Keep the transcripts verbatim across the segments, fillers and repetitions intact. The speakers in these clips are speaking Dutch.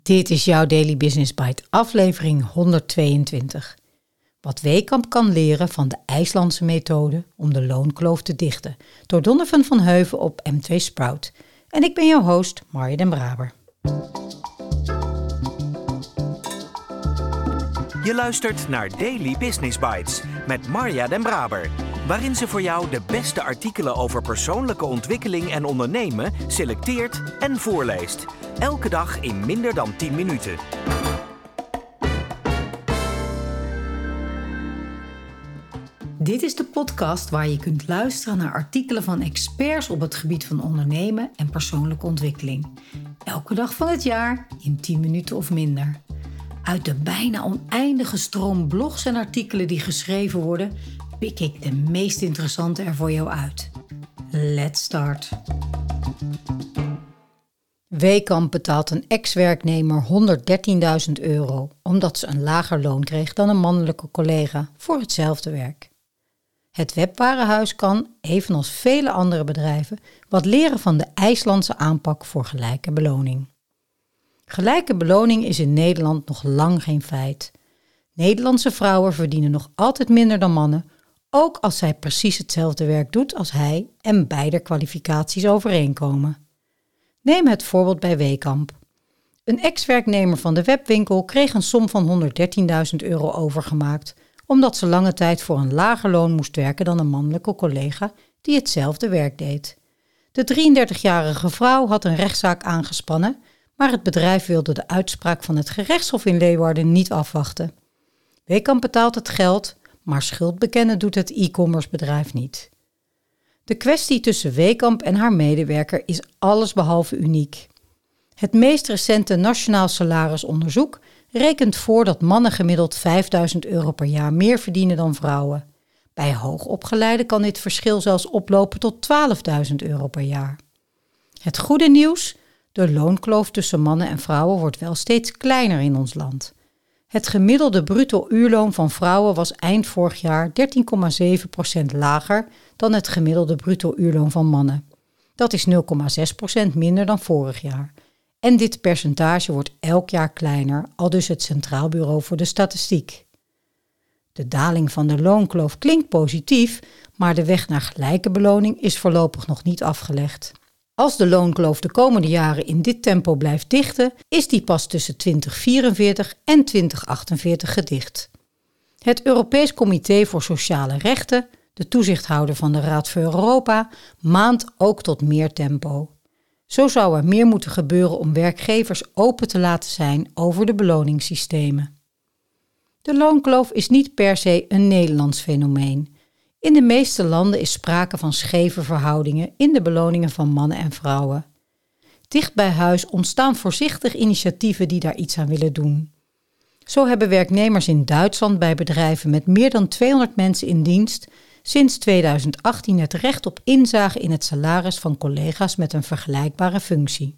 Dit is jouw Daily Business Bite, aflevering honderdtweeëntwintig. Wat Wekamp kan leren van de IJslandse methode om de loonkloof te dichten, door Donovan van Heuven op M twee Sprout. En ik ben jouw host, Marja den Braber. Je luistert naar Daily Business Bites met Marja den Braber, waarin ze voor jou de beste artikelen over persoonlijke ontwikkeling en ondernemen selecteert en voorleest. Elke dag in minder dan tien minuten. Dit is de podcast waar je kunt luisteren naar artikelen van experts op het gebied van ondernemen en persoonlijke ontwikkeling. Elke dag van het jaar in tien minuten of minder. Uit de bijna oneindige stroom blogs en artikelen die geschreven worden, pik ik de meest interessante er voor jou uit. Let's start. Wekamp betaalt een ex-werknemer honderddertienduizend euro omdat ze een lager loon kreeg dan een mannelijke collega voor hetzelfde werk. Het webwarenhuis kan, evenals vele andere bedrijven, wat leren van de IJslandse aanpak voor gelijke beloning. Gelijke beloning is in Nederland nog lang geen feit. Nederlandse vrouwen verdienen nog altijd minder dan mannen, ook als zij precies hetzelfde werk doet als hij en beide kwalificaties overeenkomen. Neem het voorbeeld bij Wekamp. Een ex-werknemer van de webwinkel kreeg een som van honderddertienduizend euro overgemaakt, omdat ze lange tijd voor een lager loon moest werken dan een mannelijke collega die hetzelfde werk deed. De drieëndertigjarige vrouw had een rechtszaak aangespannen, maar het bedrijf wilde de uitspraak van het gerechtshof in Leeuwarden niet afwachten. Wekamp betaalt het geld, maar schuld bekennen doet het e-commerce bedrijf niet. De kwestie tussen Wekamp en haar medewerker is allesbehalve uniek. Het meest recente Nationaal Salarisonderzoek rekent voor dat mannen gemiddeld vijfduizend euro per jaar meer verdienen dan vrouwen. Bij hoogopgeleiden kan dit verschil zelfs oplopen tot twaalfduizend euro per jaar. Het goede nieuws? De loonkloof tussen mannen en vrouwen wordt wel steeds kleiner in ons land. Het gemiddelde bruto uurloon van vrouwen was eind vorig jaar dertien komma zeven procent lager dan het gemiddelde bruto uurloon van mannen. Dat is nul komma zes procent minder dan vorig jaar. En dit percentage wordt elk jaar kleiner, aldus het Centraal Bureau voor de Statistiek. De daling van de loonkloof klinkt positief, maar de weg naar gelijke beloning is voorlopig nog niet afgelegd. Als de loonkloof de komende jaren in dit tempo blijft dichten, is die pas tussen twintig vierenveertig en twintig achtenveertig gedicht. Het Europees Comité voor Sociale Rechten, de toezichthouder van de Raad voor Europa, maant ook tot meer tempo. Zo zou er meer moeten gebeuren om werkgevers open te laten zijn over de beloningssystemen. De loonkloof is niet per se een Nederlands fenomeen. In de meeste landen is sprake van scheve verhoudingen in de beloningen van mannen en vrouwen. Dicht bij huis ontstaan voorzichtig initiatieven die daar iets aan willen doen. Zo hebben werknemers in Duitsland bij bedrijven met meer dan tweehonderd mensen in dienst sinds tweeduizend achttien het recht op inzage in het salaris van collega's met een vergelijkbare functie.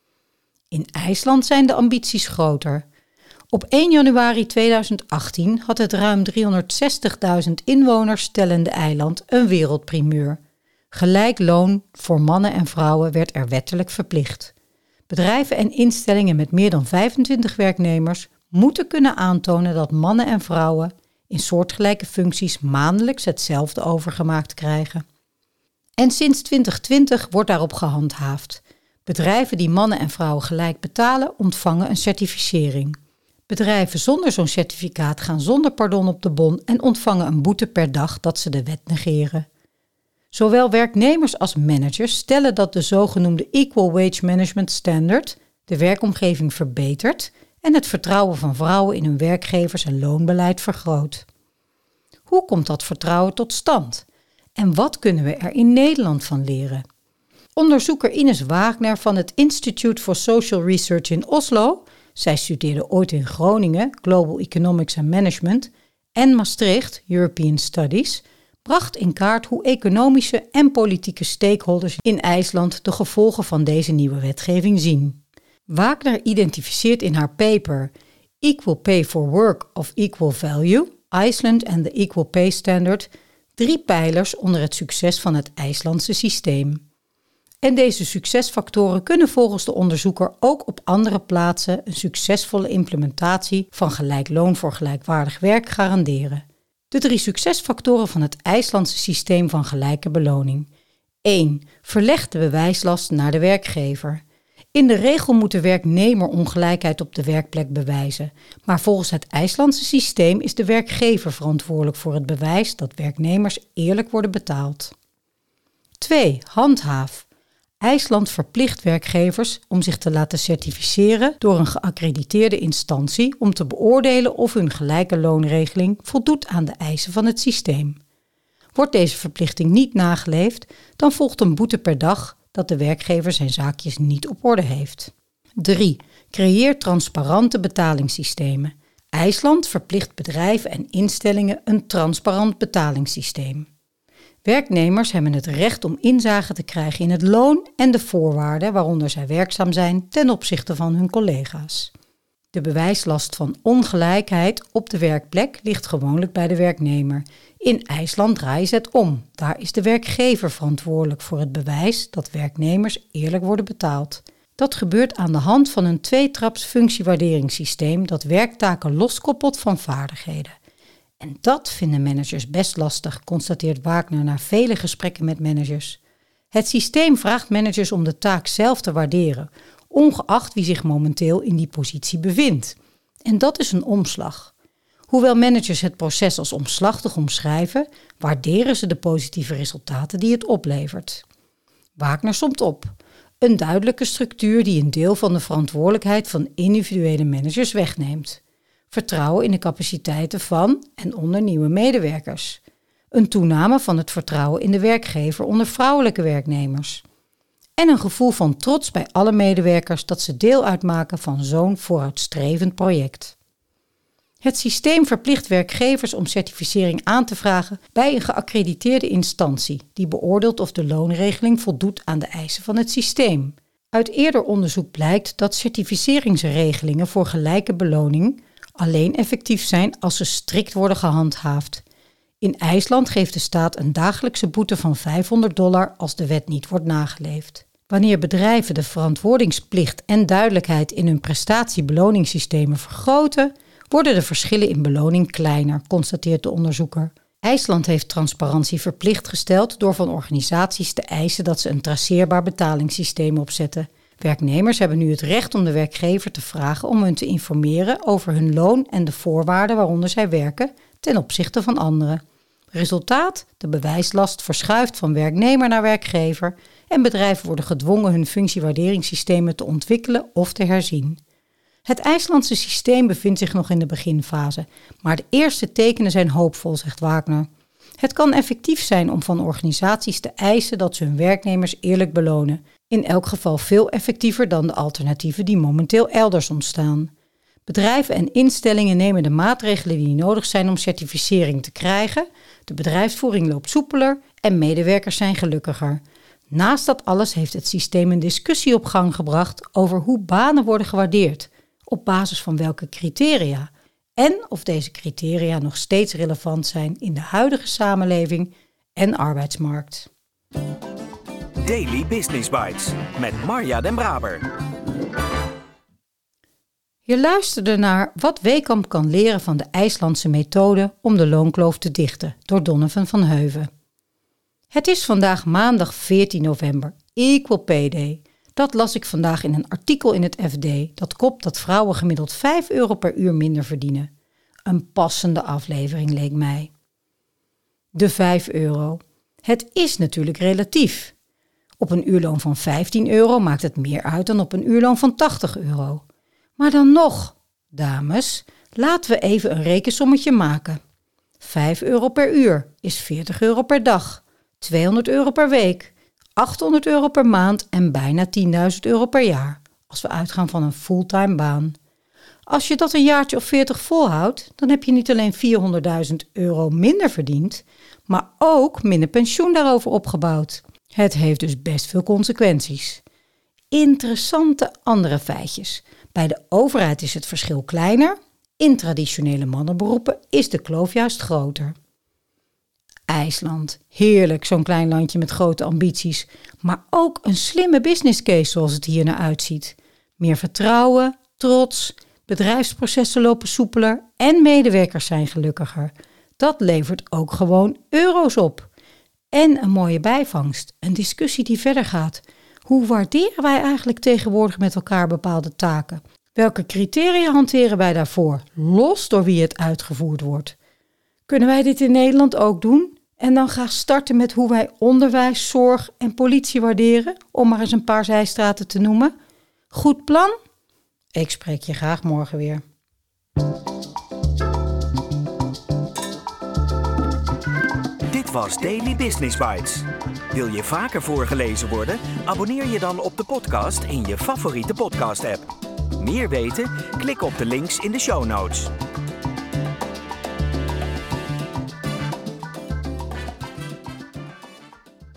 In IJsland zijn de ambities groter. Op één januari tweeduizend achttien had het ruim driehonderdzestigduizend inwoners tellende eiland een wereldprimeur. Gelijk loon voor mannen en vrouwen werd er wettelijk verplicht. Bedrijven en instellingen met meer dan vijfentwintig werknemers moeten kunnen aantonen dat mannen en vrouwen in soortgelijke functies maandelijks hetzelfde overgemaakt krijgen. En sinds twintig twintig wordt daarop gehandhaafd. Bedrijven die mannen en vrouwen gelijk betalen ontvangen een certificering. Bedrijven zonder zo'n certificaat gaan zonder pardon op de bon en ontvangen een boete per dag dat ze de wet negeren. Zowel werknemers als managers stellen dat de zogenoemde Equal Wage Management Standard de werkomgeving verbetert en het vertrouwen van vrouwen in hun werkgevers- en loonbeleid vergroot. Hoe komt dat vertrouwen tot stand? En wat kunnen we er in Nederland van leren? Onderzoeker Ines Wagner van het Institute for Social Research in Oslo, zij studeerde ooit in Groningen, Global Economics and Management, en Maastricht, European Studies, bracht in kaart hoe economische en politieke stakeholders in IJsland de gevolgen van deze nieuwe wetgeving zien. Wagner identificeert in haar paper Equal Pay for Work of Equal Value, Iceland and the Equal Pay Standard, drie pijlers onder het succes van het IJslandse systeem. En deze succesfactoren kunnen volgens de onderzoeker ook op andere plaatsen een succesvolle implementatie van gelijk loon voor gelijkwaardig werk garanderen. De drie succesfactoren van het IJslandse systeem van gelijke beloning. één. Verleg de bewijslast naar de werkgever. In de regel moet de werknemer ongelijkheid op de werkplek bewijzen, maar volgens het IJslandse systeem is de werkgever verantwoordelijk voor het bewijs dat werknemers eerlijk worden betaald. twee. Handhaaf. IJsland verplicht werkgevers om zich te laten certificeren door een geaccrediteerde instantie om te beoordelen of hun gelijke loonregeling voldoet aan de eisen van het systeem. Wordt deze verplichting niet nageleefd, dan volgt een boete per dag dat de werkgever zijn zaakjes niet op orde heeft. drie. Creëer transparante betalingssystemen. IJsland verplicht bedrijven en instellingen een transparant betalingssysteem. Werknemers hebben het recht om inzage te krijgen in het loon en de voorwaarden waaronder zij werkzaam zijn ten opzichte van hun collega's. De bewijslast van ongelijkheid op de werkplek ligt gewoonlijk bij de werknemer. In IJsland draaien ze het om. Daar is de werkgever verantwoordelijk voor het bewijs dat werknemers eerlijk worden betaald. Dat gebeurt aan de hand van een tweetraps functiewaarderingssysteem dat werktaken loskoppelt van vaardigheden. En dat vinden managers best lastig, constateert Wagner na vele gesprekken met managers. Het systeem vraagt managers om de taak zelf te waarderen, ongeacht wie zich momenteel in die positie bevindt. En dat is een omslag. Hoewel managers het proces als omslachtig omschrijven, waarderen ze de positieve resultaten die het oplevert. Wagner somt op. Een duidelijke structuur die een deel van de verantwoordelijkheid van individuele managers wegneemt. Vertrouwen in de capaciteiten van en onder nieuwe medewerkers. Een toename van het vertrouwen in de werkgever onder vrouwelijke werknemers. En een gevoel van trots bij alle medewerkers dat ze deel uitmaken van zo'n vooruitstrevend project. Het systeem verplicht werkgevers om certificering aan te vragen bij een geaccrediteerde instantie die beoordeelt of de loonregeling voldoet aan de eisen van het systeem. Uit eerder onderzoek blijkt dat certificeringsregelingen voor gelijke beloning alleen effectief zijn als ze strikt worden gehandhaafd. In IJsland geeft de staat een dagelijkse boete van vijfhonderd dollar als de wet niet wordt nageleefd. Wanneer bedrijven de verantwoordingsplicht en duidelijkheid in hun prestatiebeloningssystemen vergroten, worden de verschillen in beloning kleiner, constateert de onderzoeker. IJsland heeft transparantie verplicht gesteld door van organisaties te eisen dat ze een traceerbaar betalingssysteem opzetten. Werknemers hebben nu het recht om de werkgever te vragen om hun te informeren over hun loon en de voorwaarden waaronder zij werken ten opzichte van anderen. Resultaat: de bewijslast verschuift van werknemer naar werkgever en bedrijven worden gedwongen hun functiewaarderingssystemen te ontwikkelen of te herzien. Het IJslandse systeem bevindt zich nog in de beginfase, maar de eerste tekenen zijn hoopvol, zegt Wagner. Het kan effectief zijn om van organisaties te eisen dat ze hun werknemers eerlijk belonen. In elk geval veel effectiever dan de alternatieven die momenteel elders ontstaan. Bedrijven en instellingen nemen de maatregelen die nodig zijn om certificering te krijgen. De bedrijfsvoering loopt soepeler en medewerkers zijn gelukkiger. Naast dat alles heeft het systeem een discussie op gang gebracht over hoe banen worden gewaardeerd, op basis van welke criteria en of deze criteria nog steeds relevant zijn in de huidige samenleving en arbeidsmarkt. Daily Business Bites met Marja den Braber. Je luisterde naar Wat Wekamp kan leren van de IJslandse methode om de loonkloof te dichten door Donovan van Heuven. Het is vandaag maandag veertien november, Equal Pay Day. Dat las ik vandaag in een artikel in het F D dat kopt dat vrouwen gemiddeld vijf euro per uur minder verdienen. Een passende aflevering leek mij. De vijf euro. Het is natuurlijk relatief. Op een uurloon van vijftien euro maakt het meer uit dan op een uurloon van tachtig euro. Maar dan nog, dames, laten we even een rekensommetje maken. vijf euro per uur is veertig euro per dag, tweehonderd euro per week, achthonderd euro per maand en bijna tienduizend euro per jaar, als we uitgaan van een fulltime baan. Als je dat een jaartje of veertig volhoudt, dan heb je niet alleen vierhonderdduizend euro minder verdiend, maar ook minder pensioen daarover opgebouwd. Het heeft dus best veel consequenties. Interessante andere feitjes. Bij de overheid is het verschil kleiner. In traditionele mannenberoepen is de kloof juist groter. IJsland. Heerlijk, zo'n klein landje met grote ambities. Maar ook een slimme business case zoals het hier naar uitziet. Meer vertrouwen, trots, bedrijfsprocessen lopen soepeler en medewerkers zijn gelukkiger. Dat levert ook gewoon euro's op. En een mooie bijvangst, een discussie die verder gaat. Hoe waarderen wij eigenlijk tegenwoordig met elkaar bepaalde taken? Welke criteria hanteren wij daarvoor, los door wie het uitgevoerd wordt? Kunnen wij dit in Nederland ook doen? En dan graag starten met hoe wij onderwijs, zorg en politie waarderen, om maar eens een paar zijstraten te noemen. Goed plan? Ik spreek je graag morgen weer. Dit was Daily Business Bites. Wil je vaker voorgelezen worden? Abonneer je dan op de podcast in je favoriete podcast-app. Meer weten? Klik op de links in de show notes.